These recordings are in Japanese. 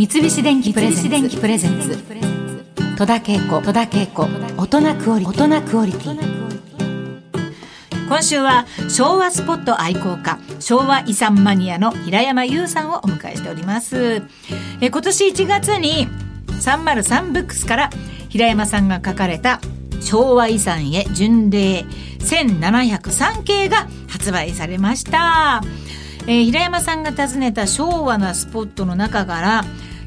三菱電機プレゼンツ戸田恵子大人クオリティ。今週は昭和スポット愛好家、昭和遺産マニアの平山優さんをお迎えしております。今年1月に303ブックスから平山さんが書かれた昭和遺産へ巡礼1703景が発売されました。平山さんが訪ねた昭和なスポットの中から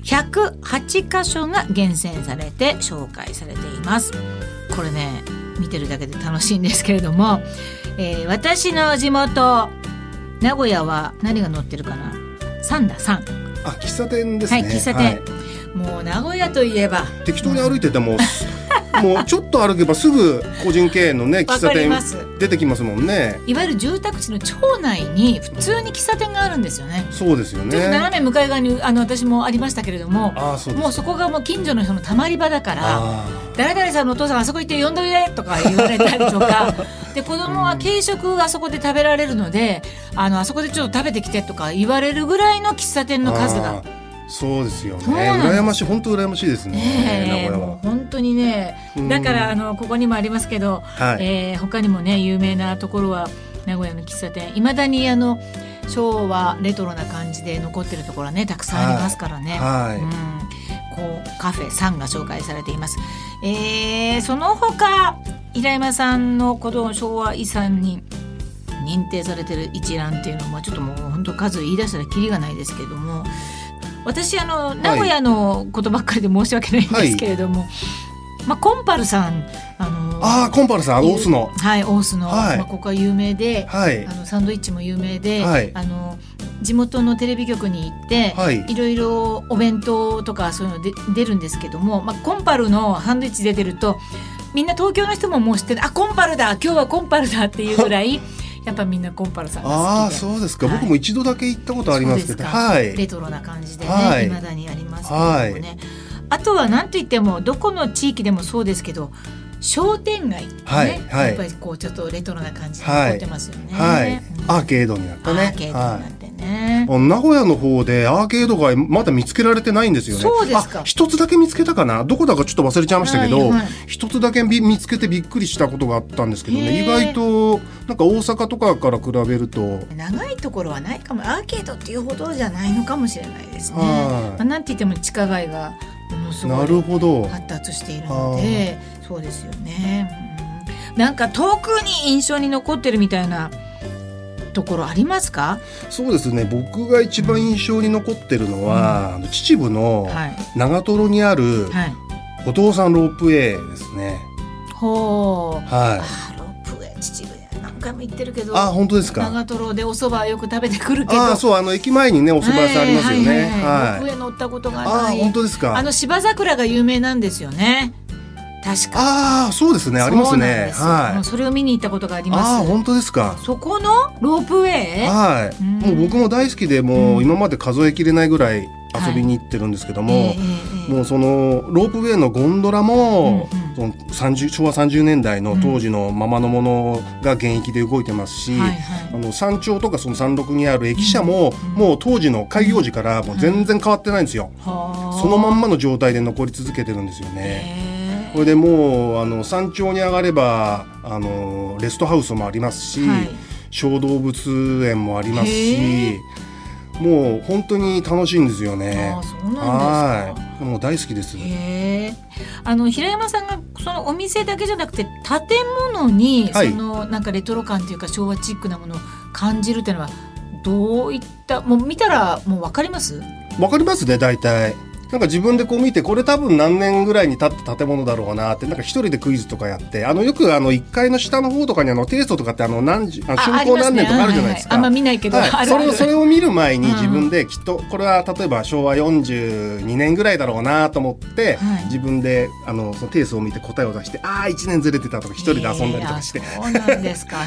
108カ所が厳選されて紹介されています。これね、見てるだけで楽しいんですけれども、私の地元名古屋は何が載ってるかな。3だ3。 喫茶店ですね。 はい、喫茶店、もう名古屋といえば適当に歩いててももうちょっと歩けばすぐ個人経営のね喫茶店出てきますもんね。 いわゆる住宅地の町内に普通に喫茶店があるんですよね。 そうですよね。 ちょっと斜め向かい側に私もありましたけれども、もうそこがもう近所の人のたまり場だから、誰々さんのお父さんあそこ行って呼んどいでとか言われたりとかで、子供は軽食あそこで食べられるので、あそこでちょっと食べてきてとか言われるぐらいの喫茶店の数が。 そうですよね。羨ましい、本当羨ましいですね、名古屋は。 もう本当にね、だからここにもありますけど、他にもね有名なところは名古屋の喫茶店、いまだに昭和レトロな感じで残ってるところはねたくさんありますからね。こうカフェ3が紹介されています。その他平山さんのこの昭和遺産に認定されてる一覧っていうのもちょっともう本当数言い出したらキリがないですけども、私名古屋のことばっかりで申し訳ないんですけれども、コンパルさんコンパルさん大須の、 大須の、ここは有名で、サンドイッチも有名で、地元のテレビ局に行って、いろいろお弁当とかそういうので出るんですけども、コンパルのサンドイッチ出てるとみんな東京の人ももう知ってる、コンパルだ今日はコンパルだっていうぐらいやっぱみんなコンパルさんが好きで。そうですか、僕も一度だけ行ったことありますけど、レトロな感じでね、未だにありますけどもね。あとは何といってもどこの地域でもそうですけど、商店街ってね、やっぱりこうちょっとレトロな感じで残ってますよね。 アーケードになったね。 アーケードになってね。 名古屋の方でアーケードがまだ見つけられてないんですよね。 そうですか。 一つだけ見つけたかな、どこだかちょっと忘れちゃいましたけど、一つだけ見つけてびっくりしたことがあったんですけどね。意外となんか大阪とかから比べると長いところはないかも。アーケードっていうほどじゃないのかもしれないですね。なんて言っても地下街がものすごい発達しているので、そうですよね。なんか特に印象に残ってるみたいなところありますか？ そうですね、僕が一番印象に残ってるのは、秩父の長瀞にあるお父さんロープウェイですね。 ロープウェイ秩父で何回も行ってるけど。 本当ですか。 長瀞でお蕎麦よく食べてくるけど。 そう駅前にねお蕎麦屋さんありますよね。 ロープウェイ乗ったことがない。 本当ですか。 芝桜が有名なんですよね。確か。 そうですね、ありますね。 それを見に行ったことがあります。 本当ですか。 そこのロープウェイ、 もう僕も大好きで、もう今まで数えきれないぐらい遊びに行ってるんですけども、もうそのロープウェイのゴンドラも、その昭和30年代の当時のままのものが現役で動いてますし、山頂とかその山麓にある駅舎も、もう当時の開業時からもう全然変わってないんですよ。そのまんまの状態で残り続けてるんですよね。これでもう山頂に上がればレストハウスもありますし、小動物園もありますし、もう本当に楽しいんですよね。 そうなんですか。 もう大好きです。 平山さんがそのお店だけじゃなくて建物にそのなんかレトロ感というか昭和チックなものを感じるというのはどういった、もう見たらもう分かります？ 分かりますね、大体。なんか自分でこう見て、これ多分何年ぐらいに経った建物だろうなって、なんか一人でクイズとかやって、よく1階の下の方とかにテイストとかって竣工何年とかあるじゃないですか。 あんま見ないけど、 それを見る前に自分できっとこれは例えば昭和42年ぐらいだろうなと思って、自分でそのテイストを見て答えを出して、1年ずれてたとか一人で遊んだりとかして。 そうなんですか。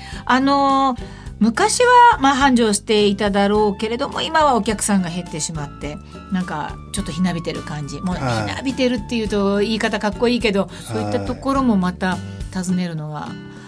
昔は繁盛していただろうけれども、今はお客さんが減ってしまって、なんかちょっとひなびてる感じ。もうひなびてるっていうと言い方かっこいいけど、そういったところもまた訪ねるのが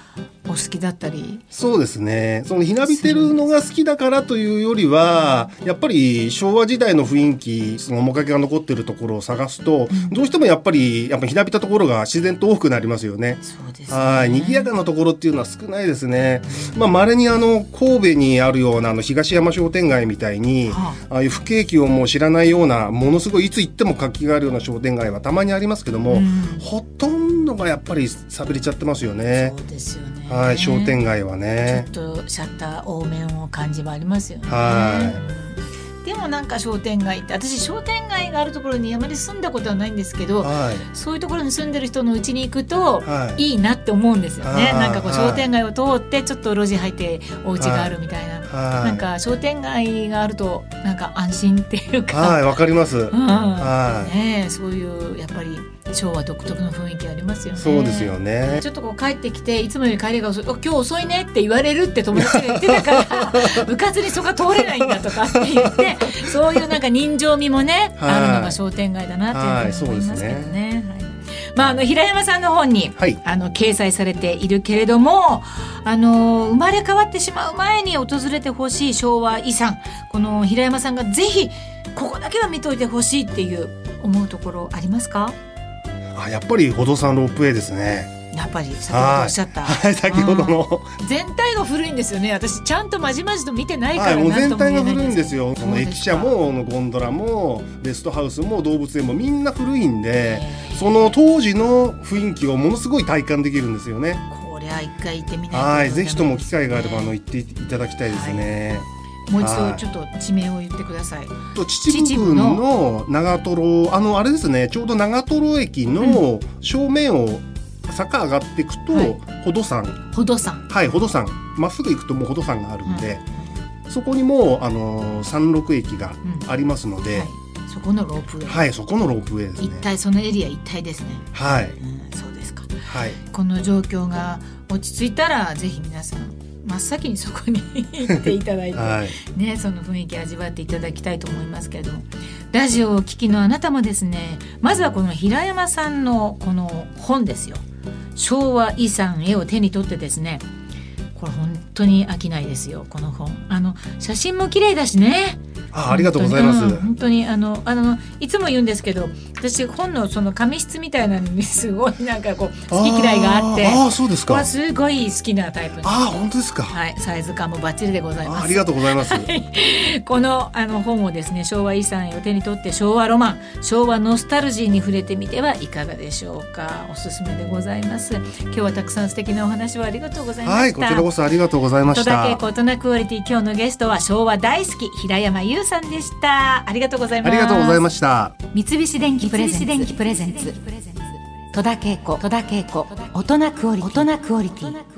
お好きだったり。 そうですね、そのひなびてるのが好きだからというよりは、やっぱり昭和時代の雰囲気、その面影が残っているところを探すと、どうしてもやっぱりひなびたところが自然と多くなりますよね。 そうですね。 はい、賑やかなところっていうのは少ないですね。稀に神戸にあるような東山商店街みたいに、ああいう不景気をもう知らないような、ものすごいいつ行っても活気があるような商店街はたまにありますけども、ほとんどがやっぱり寂れちゃってますよね。 そうですよね。 はい、商店街はね、 ちょっとシャッター多めの感じもありますよね。でもなんか商店街って、私商店街があるところにあまり住んだことはないんですけど、そういうところに住んでる人の家に行くといいなって思うんですよね。なんかこう商店街を通ってちょっと路地入ってお家があるみたいな、なんか商店街があるとなんか安心っていうか、 わかります。 ね、そういうやっぱり昭和独特の雰囲気ありますよね。 そうですよね。 ちょっとこう帰ってきて、いつもより帰りが遅い、今日遅いねって言われるって友達が言ってたから部活にそこが通れないんだとかって言ってそういうなんか人情味もね、あるのが商店街だなっていうふうに思いますけどね。平山さんの本に、掲載されているけれども、生まれ変わってしまう前に訪れてほしい昭和遺産、この平山さんがぜひここだけは見といてほしいっていう思うところありますか？ やっぱり宝登山ロープウェイですね。 やっぱり先ほどおっしゃった、 先ほどの全体が古いんですよね。私ちゃんとまじまじと見てないからもう全体が古古いんですよ。その駅舎もゴンドラもレストハウスも動物園もみんな古いんで、その当時の雰囲気をものすごい体感できるんですよね。 これは一回行ってみないと、 ぜひとも機会があれば行っていただきたいですね。 もう一度ちょっと地名を言ってください。 秩父の長瀞、あれですね、ちょうど長瀞駅の正面を坂上がっていくと、宝登山、宝登山まっすぐ行くともう宝登山があるんで、そこにも山麓駅がありますので、 そこのロープウェイ、 そこのロープウェイですね。 一体そのエリア一体ですね。そうですか。この状況が落ち着いたらぜひ皆さん真っ先にそこに行っていただいて、その雰囲気味わっていただきたいと思いますけれども、ラジオをお聞きのあなたもですね、まずはこの平山さんのこの本ですよ、昭和遺産絵を手に取ってですね、これ本当に飽きないですよ、この本。写真も綺麗だしね。 ありがとうございます。 本当にいつも言うんですけど、私本のその紙質みたいなのにすごいなんかこう好き嫌いがあって、 そうですか。 すごい好きなタイプです。 本当ですか。 サイズ感もバッチリでございます。 ありがとうございます。 この本をですね、昭和遺産を手に取って昭和ロマン、昭和ノスタルジーに触れてみてはいかがでしょうか。おすすめでございます。今日はたくさん素敵なお話をありがとうございました。 こちらこそありがとうございました。 戸田恵子大人クオリティ、今日のゲストは昭和大好き平山優さんでした。ありがとうございます。 ありがとうございました。 三菱電機プレゼンツ戸田恵子大人クオリティ。